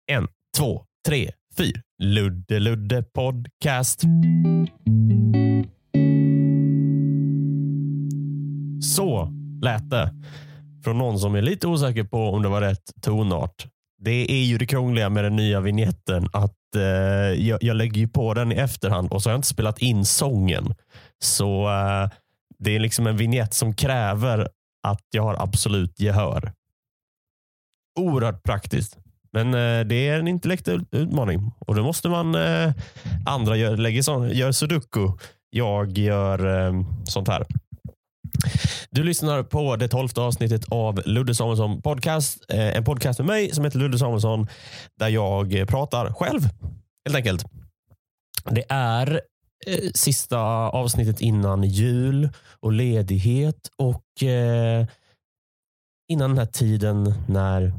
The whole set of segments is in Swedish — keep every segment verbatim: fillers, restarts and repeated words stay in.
En, två, tre, fyra. Ludde Ludde podcast. Så lät det från någon som är lite osäker på om det var rätt tonart. Det är ju det krångliga med den nya vignetten att eh, jag, jag lägger ju på den i efterhand och så har jag inte spelat in sången. Så eh, det är liksom en vignett som kräver att jag har absolut gehör. Oerhört praktiskt. Men eh, det är en intellektuell utmaning. Och då måste man eh, andra gör, lägger sån, gör sudoku. Jag gör eh, sånt här. Du lyssnar på det tolfte avsnittet av Ludde Samuelsson podcast. Eh, en podcast med mig som heter Ludde Samuelsson. Där jag pratar själv. Helt enkelt. Det är eh, sista avsnittet innan jul och ledighet. Och eh, innan den här tiden när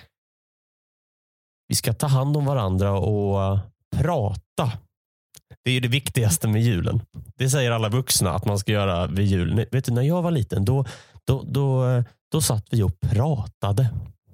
vi ska ta hand om varandra och prata. Det är ju det viktigaste med julen. Det säger alla vuxna att man ska göra vid jul. Vet du, när jag var liten då, då, då, då satt vi och pratade.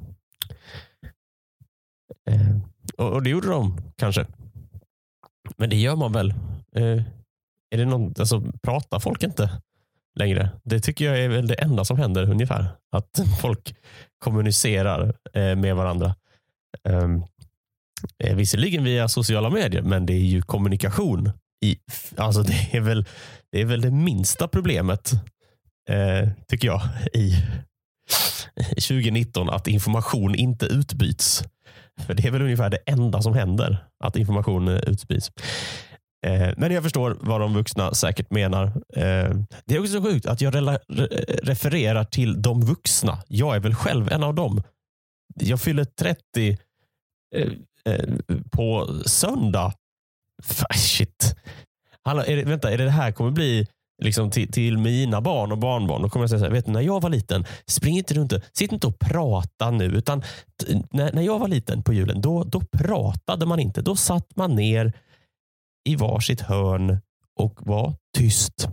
Eh, och, och det gjorde de kanske. Men det gör man väl. Eh, är det någon, alltså, pratar folk inte längre? Det tycker jag är väl det enda som händer ungefär. Att folk kommunicerar eh, med varandra. Um, eh, visserligen via sociala medier, men det är ju kommunikation i, alltså det är väl det är väl det minsta problemet eh, tycker jag i tjugonitton, att information inte utbyts, för det är väl ungefär det enda som händer, att information utbyts. Eh, men jag förstår vad de vuxna säkert menar. Eh, det är också så sjukt att jag rela- re- refererar till de vuxna. Jag är väl själv en av dem. Jag fyller trettio eh, eh, på söndag. Shit. Hallå, är det, vänta, är det det här kommer bli liksom till, till mina barn och barnbarn? Då kommer jag säga så här, vet du, när jag var liten, spring inte runt, sitt inte och prata nu, utan t- när, när jag var liten på julen, då, då pratade man inte. Då satt man ner i varsitt hörn och var tyst.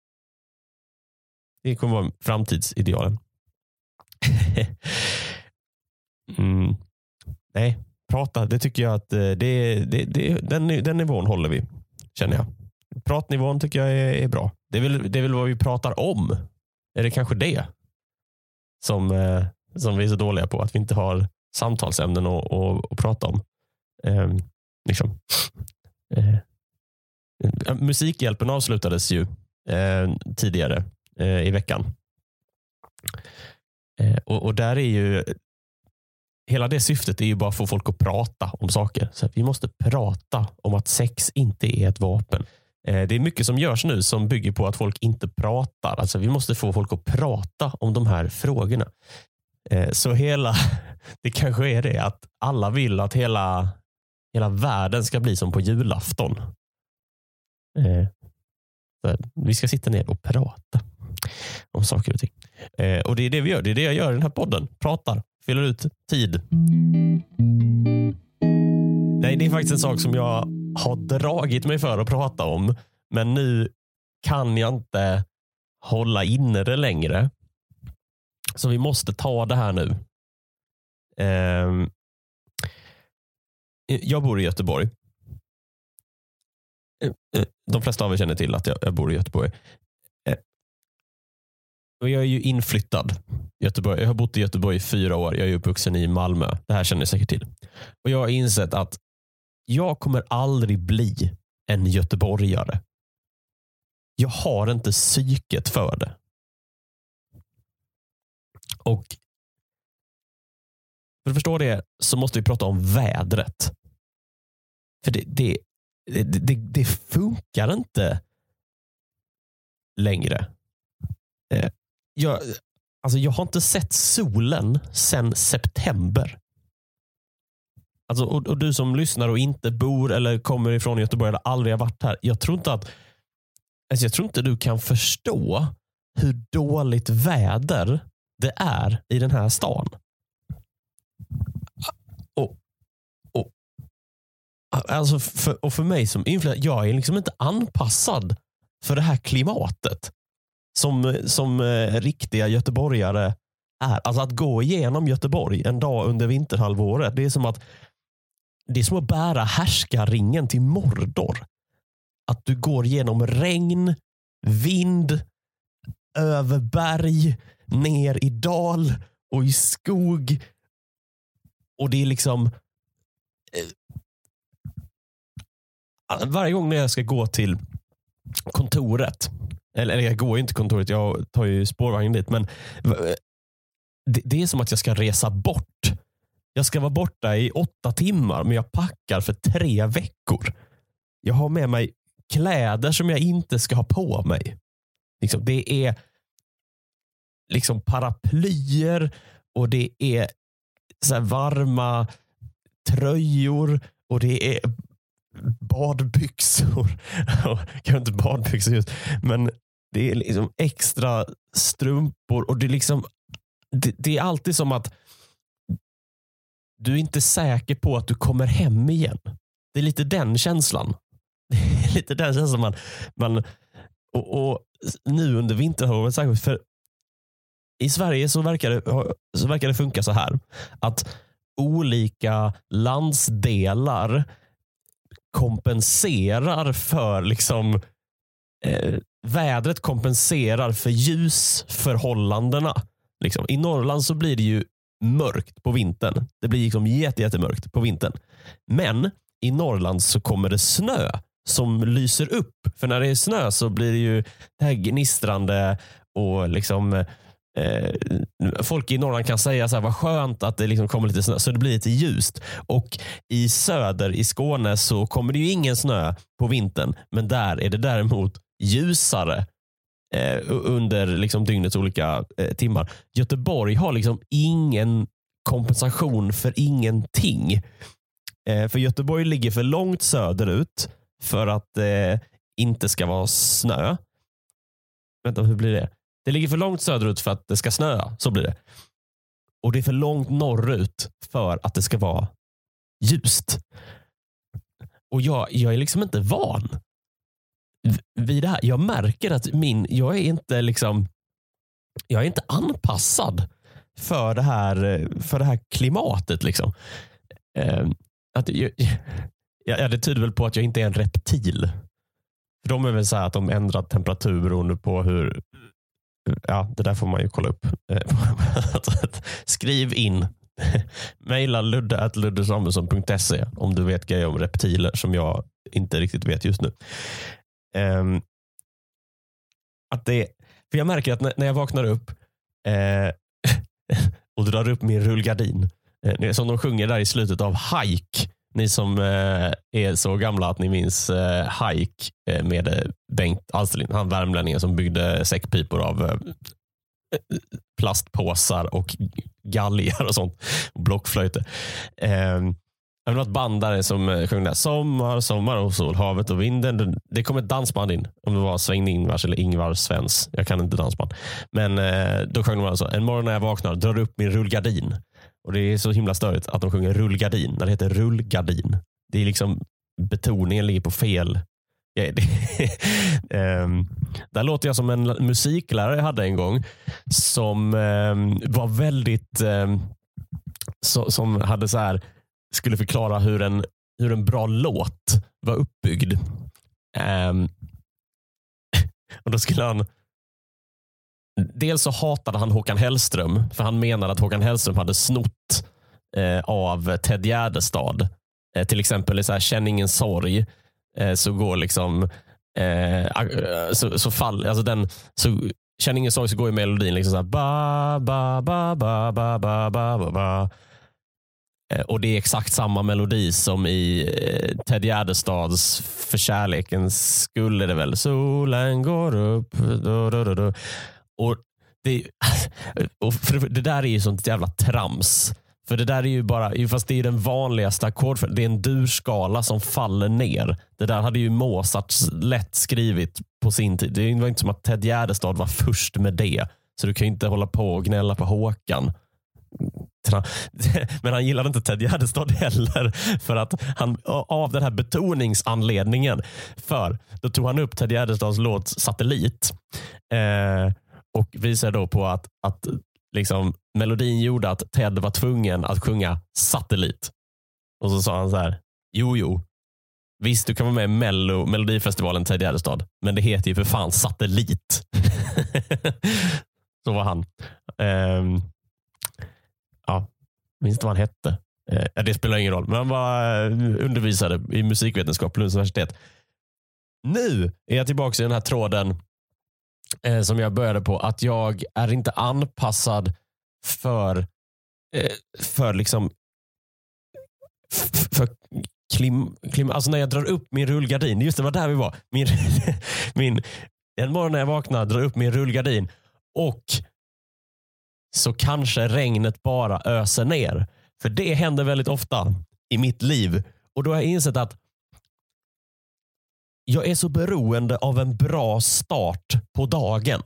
Det kommer vara framtidsidealen. Mm. Nej, prata, det tycker jag att det, det, det, den, den nivån håller vi, känner jag. Pratnivån tycker jag är, är bra. Det är, väl, det är väl vad vi pratar om. Är det kanske det som, eh, som vi är så dåliga på, att vi inte har samtalsämnen att, att, att prata om. Eh, liksom. Eh. Musikhjälpen avslutades ju eh, tidigare eh, i veckan. Eh, och, och där är ju hela det syftet är ju bara att få folk att prata om saker. Så vi måste prata om att sex inte är ett vapen. Eh, det är mycket som görs nu som bygger på att folk inte pratar. Alltså vi måste få folk att prata om de här frågorna. Eh, så hela, det kanske är det att alla vill att hela, hela världen ska bli som på julafton. Eh, så vi ska sitta ner och prata om saker och ting. Eh, och det är det vi gör. Det är det jag gör i den här podden. Pratar. Fyller ut tid. Nej, det är faktiskt en sak som jag har dragit mig för att prata om. Men nu kan jag inte hålla inne det längre. Så vi måste ta det här nu. Eh, jag bor i Göteborg. De flesta av er känner till att jag, jag bor i Göteborg. Och jag är ju inflyttad i Göteborg. Jag har bott i Göteborg i fyra år. Jag är uppvuxen i Malmö. Det här känner jag säkert till. Och jag har insett att jag kommer aldrig bli en göteborgare. Jag har inte psyket för det. Och för att förstå det så måste vi prata om vädret. För det, det, det, det, det funkar inte längre. Jag, alltså jag har inte sett solen sedan september. Alltså, och, och du som lyssnar och inte bor eller kommer ifrån Göteborg eller aldrig har varit här. Jag tror inte att alltså jag tror inte du kan förstå hur dåligt väder det är i den här stan. Och, och, alltså för, och för mig som influencer, jag är liksom inte anpassad för det här klimatet. Som, som eh, riktiga göteborgare är. Alltså att gå igenom Göteborg en dag under vinterhalvåret. Det är som att det är som att bära härskarringen till Mordor. Att du går genom regn, vind, över berg, ner i dal och i skog. Och det är liksom eh, varje gång när jag ska gå till kontoret, eller, eller jag går inte till kontoret, jag tar ju spårvagnen dit, men det, det är som att jag ska resa bort. Jag ska vara borta i åtta timmar, men jag packar för tre veckor. Jag har med mig kläder som jag inte ska ha på mig. Liksom, det är liksom paraplyer och det är så här varma tröjor och det är badbyxor. Kanske inte badbyxor just, men det är liksom extra strumpor och det är liksom det, det är alltid som att du är inte säker på att du kommer hem igen. Det är lite den känslan. Det är lite den känslan man, man och, och nu under vinterhalvåret särskilt, för i Sverige så verkar det, så verkar det funka så här att olika landsdelar kompenserar för liksom eh, vädret kompenserar för ljusförhållandena. Liksom. I Norrland så blir det ju mörkt på vintern. Det blir liksom jätte, jättemörkt på vintern. Men i Norrland så kommer det snö som lyser upp. För när det är snö så blir det ju det här gnistrande och liksom eh, folk i Norrland kan säga så här, vad skönt att det liksom kommer lite snö, så det blir lite ljust. Och i söder i Skåne så kommer det ju ingen snö på vintern, men där är det däremot ljusare eh, under liksom dygnets olika eh, timmar. Göteborg har liksom ingen kompensation för ingenting. Eh, för Göteborg ligger för långt söderut för att det eh, inte ska vara snö. Vänta, hur blir det? Det ligger för långt söderut för att det ska snöa, så blir det. Och det är för långt norrut för att det ska vara ljust. Och jag, jag är liksom inte van vid det här. Jag märker att min, jag är inte liksom, jag är inte anpassad för det här, för det här klimatet liksom. Eh, att jag, ja, det tyder väl på att jag inte är en reptil. För de är väl så här att de ändrar temperatur beroende på hur, ja, det där får man ju kolla upp. Skriv in. Maila ludde at luddesamuelsson punkt se om du vet grejer om reptiler som jag inte riktigt vet just nu. Um, att det, för jag märker att när, när jag vaknar upp eh, och drar upp min rullgardin, eh, som de sjunger där i slutet av Hike. Ni som eh, är så gamla att ni minns eh, Hike eh, med eh, Bengt Alsterlind, han värmlänningen som byggde säckpipor av eh, plastpåsar och galgar och sånt och blockflöjter. Eh, det var ett band där som eh, sjöng där sommar, sommar och sol, havet och vinden. Det kom ett dansband in, om det var Sväng Ingvars eller Ingvar Svens. Jag kan inte dansband. Men eh, då sjöng de alltså, en morgon när jag vaknar drar upp min rullgardin. Och det är så himla störigt att de sjunger rullgardin när det heter rullgardin. Det är liksom, betoningen ligger på fel. Ja, det, um, där låter jag som en musiklärare jag hade en gång som um, var väldigt um, so, som hade så här, skulle förklara hur en, hur en bra låt var uppbyggd. Um, och då skulle han dels så hatade han Håkan Hellström för han menade att Håkan Hellström hade snott eh, av Ted Gärdestad. Eh, till exempel i så här Känn ingen sorg eh, så går liksom eh, så, så fall alltså den så Känn ingen sorg så går ju melodin liksom så här ba ba ba ba ba ba ba ba. Eh, och det är exakt samma melodi som i eh, Ted Gärdestads För kärleken skulle det väl solen går upp do, do, do, do. Och det, och för det där är ju sånt jävla trams. För det där är ju bara, fast det är den vanligaste ackord, det är en durskala som faller ner. Det där hade ju Mozart lätt skrivit på sin tid. Det var inte som att Ted Gärdestad var först med det. Så du kan ju inte hålla på och gnälla på Håkan. Men han gillade inte Ted Gärdestad heller för att han, av den här betoningsanledningen, för då tog han upp Ted Gärdestads låt Satellit eh, och visade då på att, att liksom, melodin gjorde att Ted var tvungen att sjunga Satellit. Och så sa han så här: Jo, jo. Visst, du kan vara med i Mello, Melodifestivalen Ted Gärdestad. Men det heter ju för fan Satellit. Så var han. Um, ja, minns inte vad han hette. Uh, det spelar ingen roll. Men han var uh, undervisade i musikvetenskap på Lunds universitet. Nu är jag tillbaka i den här tråden uh, som jag började på. Att jag är inte anpassad för uh, för liksom f- för Klim, klim, alltså när jag drar upp min rullgardin, just det var där vi var. Min, min, en morgon när jag vaknar drar upp min rullgardin och så kanske regnet bara öser ner. För det händer väldigt ofta i mitt liv. Och då har jag insett att jag är så beroende av en bra start på dagen.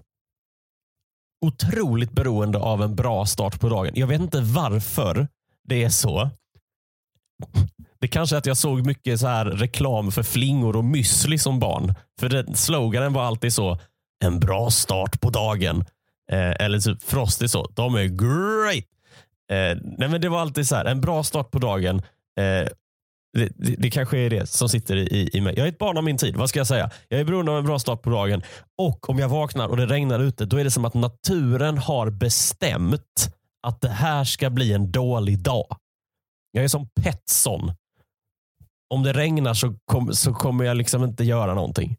Otroligt beroende av en bra start på dagen. Jag vet inte varför det är så. Det kanske är att jag såg mycket så här reklam för flingor och müsli som barn. För den sloganen var alltid så: en bra start på dagen. Eh, eller typ Frosty så. De är great. Eh, nej men det var alltid så här. En bra start på dagen. Eh, det, det, det kanske är det som sitter i, i mig. Jag är ett barn av min tid. Vad ska jag säga? Jag är beroende av en bra start på dagen. Och om jag vaknar och det regnar ute, då är det som att naturen har bestämt att det här ska bli en dålig dag. Jag är som Petson. Om det regnar så, kom, så kommer jag liksom inte göra någonting.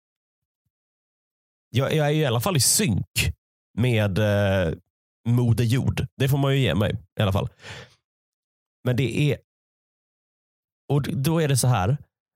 Jag, jag är i alla fall i synk med eh, Moder Jord. Det får man ju ge mig i alla fall. Men det är... Och då är det så här.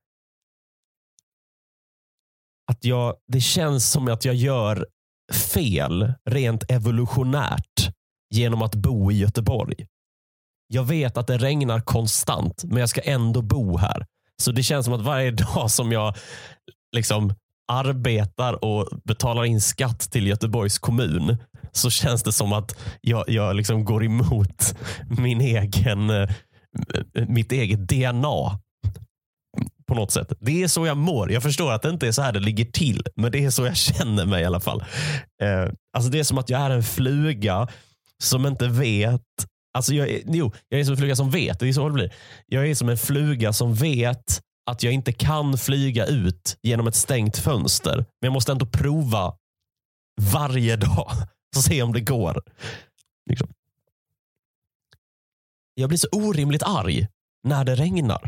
Att jag... Det känns som att jag gör fel rent evolutionärt genom att bo i Göteborg. Jag vet att det regnar konstant, men jag ska ändå bo här. Så det känns som att varje dag som jag liksom arbetar och betalar in skatt till Göteborgs kommun, så känns det som att jag, jag liksom går emot min egen, mitt eget D N A på något sätt. Det är så jag mår. Jag förstår att det inte är så här det ligger till, men det är så jag känner mig i alla fall. Eh, alltså det är som att jag är en fluga som inte vet. Alltså jag är, jo, jag är som en fluga som vet. Det är så det blir. Jag är som en fluga som vet att jag inte kan flyga ut genom ett stängt fönster. Men jag måste ändå prova varje dag och se om det går. Liksom. Jag blir så orimligt arg när det regnar.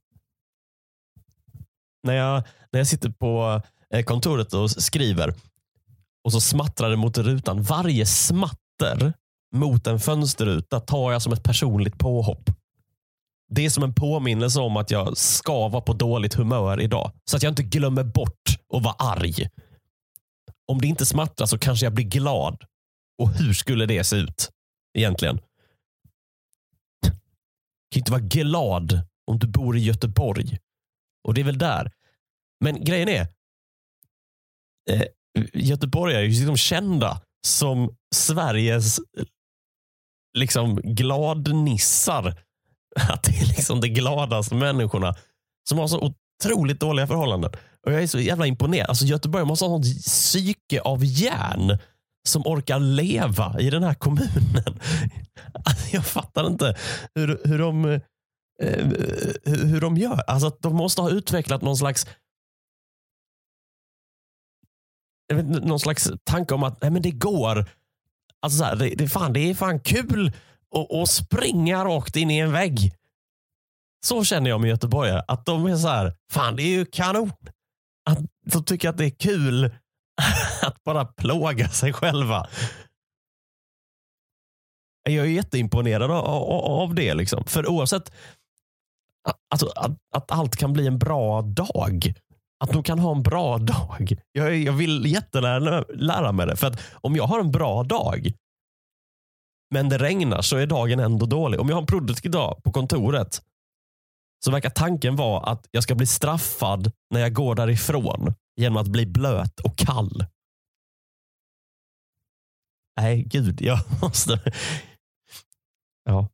När jag, när jag sitter på kontoret och skriver och så smattrar det mot rutan. Varje smatter mot en fönsterruta tar jag som ett personligt påhopp. Det är som en påminnelse om att jag ska vara på dåligt humör idag. Så att jag inte glömmer bort att vara arg. Om det inte smattrar så kanske jag blir glad. Och hur skulle det se ut egentligen? Du kan inte vara glad om du bor i Göteborg. Och det är väl där. Men grejen är, eh, Göteborg är ju liksom kända som Sveriges liksom gladnissar. Att det är liksom de gladaste människorna som har så otroligt dåliga förhållanden. Och jag är så jävla imponerad. Alltså Göteborg måste ha sånt psyke av järn som orkar leva i den här kommunen. Alltså jag fattar inte hur, hur de eh, hur de gör. Alltså att de måste ha utvecklat någon slags jag vet, någon slags tanke om att nej, men det går. Alltså så här, det, det, fan, det är fan kul att, att springa rakt in i en vägg. Så känner jag med göteborgare. Att de är så här, fan det är ju kanon. Att de tycker att det är kul att bara plåga sig själva. Jag är jätteimponerad av, av, av det liksom. För oavsett alltså, att, att allt kan bli en bra dag. Att de kan ha en bra dag. Jag, jag vill jättelära lära mig det. För att om jag har en bra dag men det regnar så är dagen ändå dålig. Om jag har en produktiv dag på kontoret så verkar tanken vara att jag ska bli straffad när jag går därifrån genom att bli blöt och kall. Nej, gud, jag måste... Ja.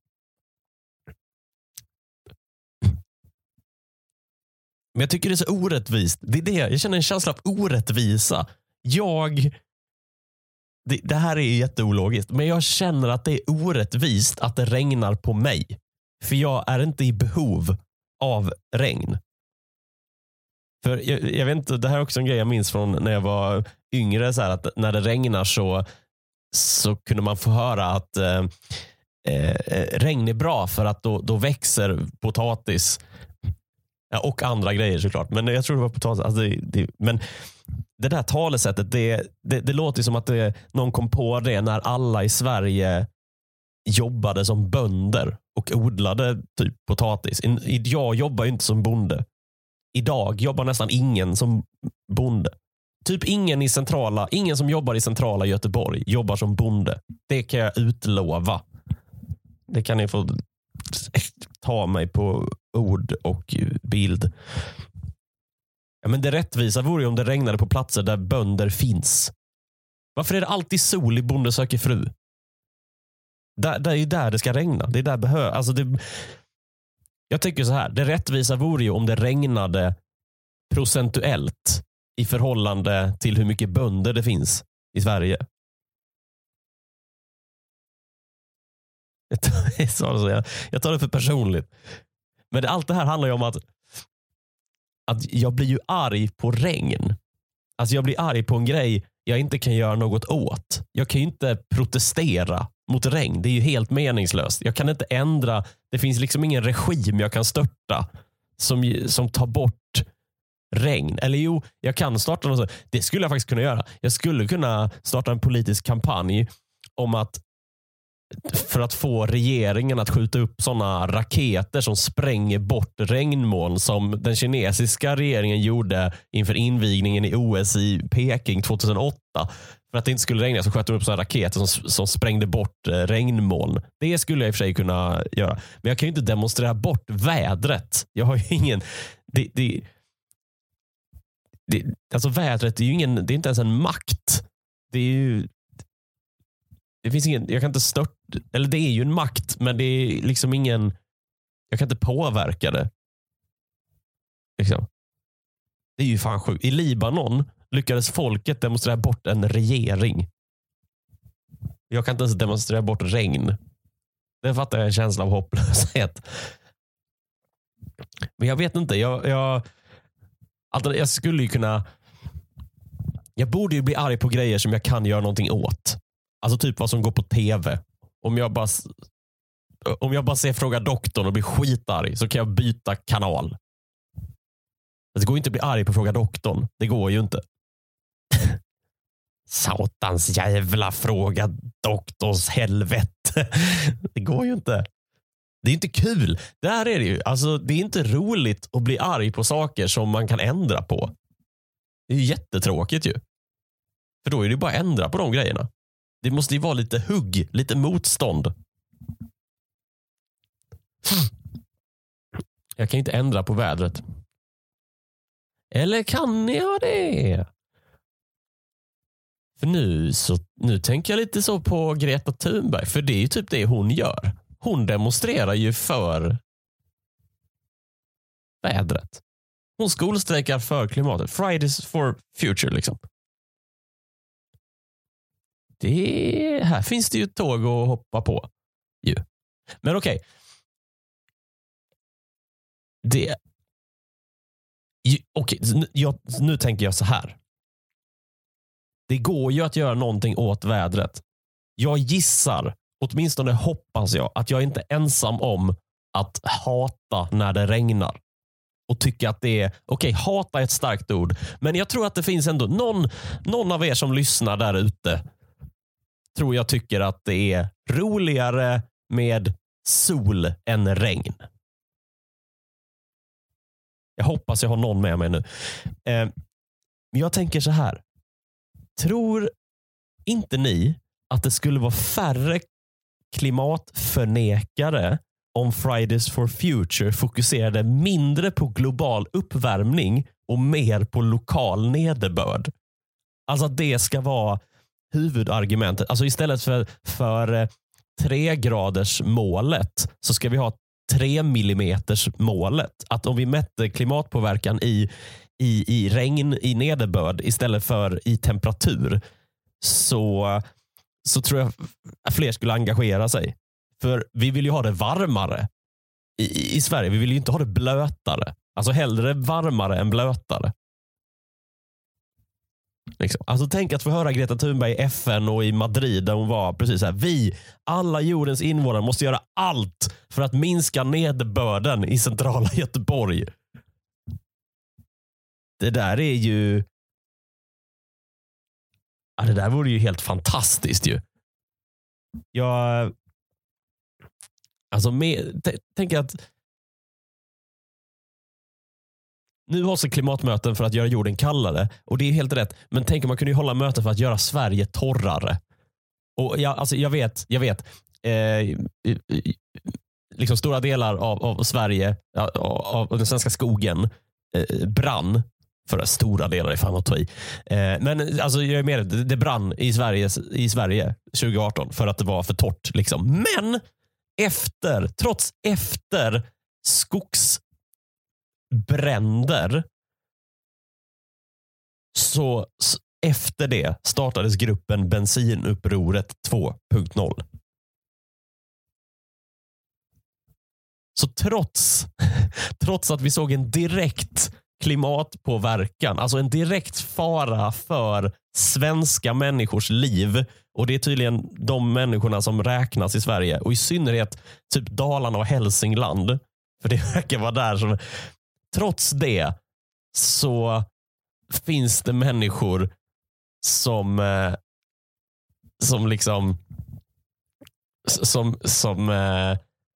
Men jag tycker det är så orättvist. Det är det. Jag känner en känsla av orättvisa. Jag... Det, det här är jätteologiskt. Men jag känner att det är orättvist att det regnar på mig. För jag är inte i behov av regn. För jag, jag vet inte, det här är också en grej jag minns från när jag var yngre, så här, att när det regnar så, så kunde man få höra att eh, eh, regn är bra för att då, då växer potatis. Ja, och andra grejer såklart. Men jag tror det var potatis. Alltså det, det, men det där talesättet, det, det, det låter som att det, någon kom på det när alla i Sverige jobbade som bönder och odlade typ potatis. Jag jobbar ju inte som bonde. Idag jobbar nästan ingen som bonde. Typ ingen i centrala, ingen som jobbar i centrala Göteborg jobbar som bonde. Det kan jag utlova. Det kan ni få ta mig på ord och bild. Ja, men det rättvisa vore ju om det regnade på platser där bönder finns. Varför är det alltid sol i Bonde söker fru? Där, det är ju där det ska regna. Det är där behö- alltså det. Jag tycker så här. Det rättvisa vore ju om det regnade procentuellt i förhållande till hur mycket bönder det finns i Sverige. Jag tar, jag, jag tar det för personligt. Men det, allt det här handlar ju om att, att jag blir ju arg på regn. Alltså jag blir arg på en grej jag inte kan göra något åt. Jag kan ju inte protestera mot regn. Det är ju helt meningslöst. Jag kan inte ändra. Det finns liksom ingen regim jag kan störta som, som tar bort regn. Eller jo, jag kan starta något. Det skulle jag faktiskt kunna göra. Jag skulle kunna starta en politisk kampanj om att för att få regeringen att skjuta upp sådana raketer som spränger bort regnmoln som den kinesiska regeringen gjorde inför invigningen i O S i Peking tjugohundraåtta. För att det inte skulle regna så sköt de upp sådana raketer som, som sprängde bort regnmoln. Det skulle jag i och för sig kunna göra. Men jag kan ju inte demonstrera bort vädret. Jag har ju ingen... Det, det, det, alltså vädret är ju ingen... Det är inte ens en makt. Det är ju... Det finns ingen, jag kan inte stört, eller det är ju en makt, men det är liksom ingen, jag kan inte påverka det. Liksom. Det är ju fan sjukt. I Libanon lyckades folket demonstrera bort en regering. Jag kan inte ens demonstrera bort regn. Det fattar jag en känsla av hopplöshet. Men jag vet inte, jag, jag, alltså jag skulle ju kunna, jag borde ju bli arg på grejer som jag kan göra någonting åt. Alltså typ vad som går på tv. Om jag bara om jag bara ser Fråga doktorn och blir skitarg så kan jag byta kanal. Det går inte att bli arg på Fråga doktorn. Det går ju inte. Satans jävla Fråga doktors helvete. Det går ju inte. Det är inte kul. Där är det ju. Alltså det är inte roligt att bli arg på saker som man kan ändra på. Det är ju jättetråkigt ju. För då är det bara att ändra på de grejerna. Det måste ju vara lite hugg, lite motstånd. Jag kan inte ändra på vädret. Eller kan jag det? För nu så nu tänker jag lite så på Greta Thunberg, för det är ju typ det hon gör. Hon demonstrerar ju för vädret. Hon skolstrejkar för klimatet. Fridays for future liksom. Det, här finns det ju ett tåg att hoppa på. Ju. Men okej. Okay. Det... Okej, okay, jag, nu tänker jag så här. Det går ju att göra någonting åt vädret. Jag gissar, åtminstone hoppas jag, att jag inte är ensam om att hata när det regnar. Och tycka att det är, okej, okay, hata är ett starkt ord. Men jag tror att det finns ändå någon, någon av er som lyssnar där ute tror jag tycker att det är roligare med sol än regn. Jag hoppas jag har någon med mig nu. Eh, jag tänker så här. Tror inte ni att det skulle vara färre klimatförnekare om Fridays for Future fokuserade mindre på global uppvärmning och mer på lokal nederbörd? Alltså att det ska vara huvudargumentet. Alltså istället för, för tre graders målet så ska vi ha tre millimeters målet. Att om vi mätte klimatpåverkan i, i, i regn, i nederbörd istället för i temperatur så, så tror jag fler skulle engagera sig. För vi vill ju ha det varmare. i, i Sverige, vi vill ju inte ha det blötare. Alltså hellre varmare än blötare. Liksom. Alltså tänk att få höra Greta Thunberg i F N och i Madrid där hon var precis så här: vi, alla jordens invånare, måste göra allt för att minska nederbörden i centrala Göteborg. Det där är ju ja, det där vore ju helt fantastiskt ju. Jag alltså med, t- tänker att nu har så klimatmöten för att göra jorden kallare, och det är helt rätt, men tänk om man kunde hålla möten för att göra Sverige torrare. Och jag, alltså jag vet, jag vet eh, liksom stora delar av, av Sverige, av, av den svenska skogen eh, brann. För stora delar i fan att ta i. Eh, men alltså, jag är med, det, det brann i Sverige, i Sverige tjugo arton för att det var för torrt. Liksom. Men efter, trots efter skogsbränder, så efter det startades gruppen Bensinupproret två punkt noll. Så trots, trots att vi såg en direkt klimatpåverkan, alltså en direkt fara för svenska människors liv, och det är tydligen de människorna som räknas i Sverige, och i synnerhet typ Dalarna och Hälsingland, för det verkar vara där som, trots det så finns det människor som eh, som liksom som som eh,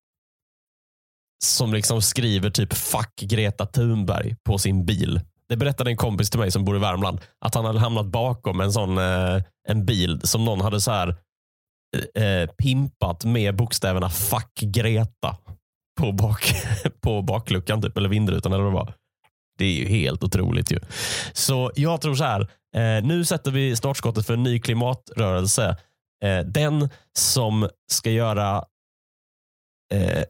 som liksom skriver typ fuck Greta Thunberg på sin bil. Det berättade en kompis till mig som bor i Värmland, att han hade hamnat bakom en sån eh, en bil som någon hade så här eh, pimpat med bokstäverna fuck Greta på bak på bakluckan typ, eller vindrutan eller vad det var. Det är ju helt otroligt ju. Så jag tror så här, eh, nu sätter vi startskottet för en ny klimatrörelse. Eh, den som ska göra eh,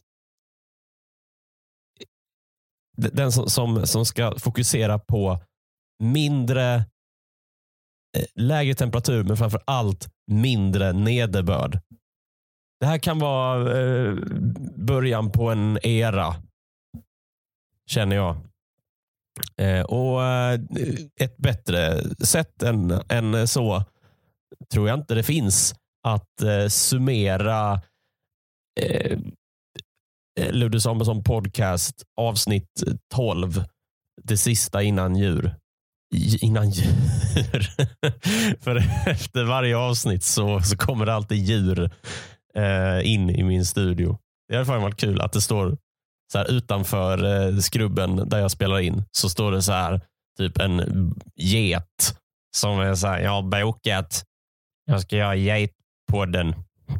den som, som, som ska fokusera på mindre eh, lägre temperatur, men framför allt mindre nederbörd. Det här kan vara eh, början på en era, känner jag. Eh, och eh, ett bättre sätt än, än så tror jag inte det finns att eh, summera eh, Ludde Samuelsson podcast avsnitt tolv, det sista innan djur. Innan djur. För efter varje avsnitt så, så kommer det alltid djur eh, in i min studio. Det har fan varit kul att det står så här utanför eh, skrubben där jag spelar in, så står det så här typ en get som är så här: jag har bokat, jag ska göra getpodden.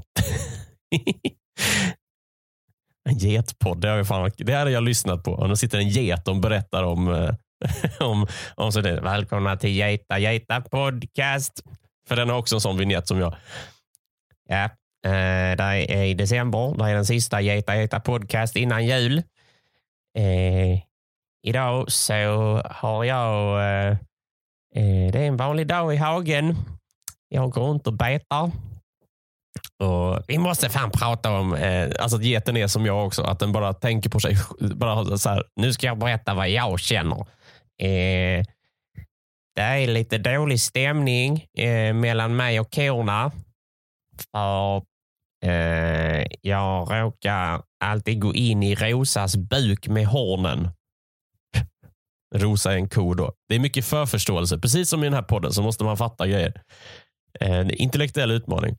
En getpodd, det har jag fan, det hade jag lyssnat på. Och nu sitter en get och berättar om om, om så det, välkomna till Geta Geta podcast. För den har också en sån vignett som jag. Ja, eh, det är i december. Det är den sista Geta Geta podcast innan jul. Eh, idag så har jag eh, eh, det är en vanlig dag i hagen. Jag går runt och betar. Och vi måste fan prata om eh, alltså att geten är som jag också, att den bara tänker på sig, bara så här, nu ska jag berätta vad jag känner. Eh, det är lite dålig stämning eh, mellan mig och korna, för eh, jag råkar alltid gå in i Rosas buk med hornen. Rosa är en ko då. Det är mycket förförståelse, precis som i den här podden så måste man fatta grejer. Eh, intellektuell utmaning.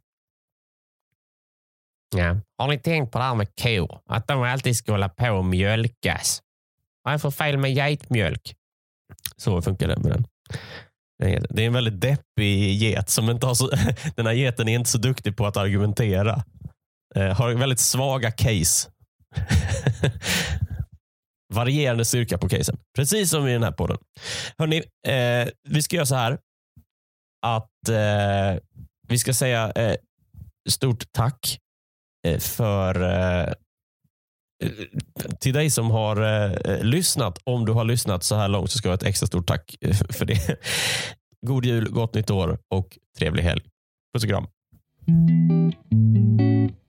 Ja. Har ni tänkt på det här med kor? Att de alltid ska hålla på och mjölkas. Vad är det för fel med getmjölk? Så funkar det med den. Det är en väldigt deppig get som inte har så... Den här geten är inte så duktig på att argumentera. Eh, har väldigt svaga case. Varierande styrka på casen. Precis som i den här podden. Hörrni, eh, vi ska göra så här. Att eh, vi ska säga eh, stort tack för eh, till dig som har eh, lyssnat. Om du har lyssnat så här långt så ska jag ha ett extra stort tack för det. God jul, gott nytt år och trevlig helg. Puss och kram.